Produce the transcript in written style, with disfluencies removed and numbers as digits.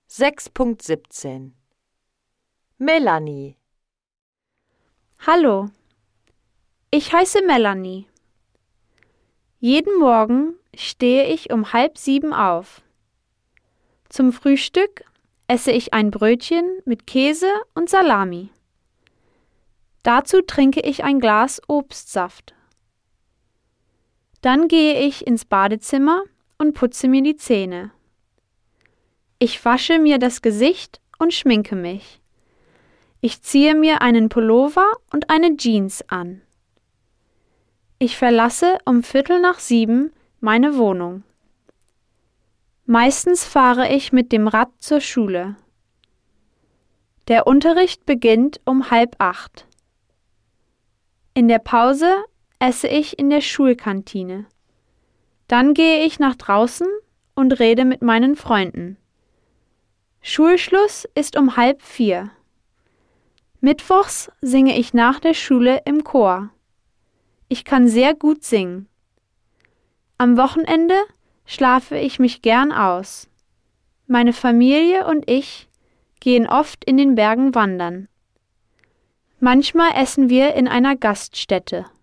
6.17 Melanie. Hallo, ich heiße Melanie. Jeden Morgen stehe ich um 6:30 auf. Zum Frühstück esse ich ein Brötchen mit Käse und Salami. Dazu trinke ich ein Glas Obstsaft. Dann gehe ich ins Badezimmer und putze mir die Zähne. Ich wasche mir das Gesicht und schminke mich. Ich ziehe mir einen Pullover und eine Jeans an. Ich verlasse um 6:15 meine Wohnung. Meistens fahre ich mit dem Rad zur Schule. Der Unterricht beginnt um 7:30. In der Pause esse ich in der Schulkantine. Dann gehe ich nach draußen und rede mit meinen Freunden. Schulschluss ist um 3:30. Mittwochs singe ich nach der Schule im Chor. Ich kann sehr gut singen. Am Wochenende schlafe ich mich gern aus. Meine Familie und ich gehen oft in den Bergen wandern. Manchmal essen wir in einer Gaststätte.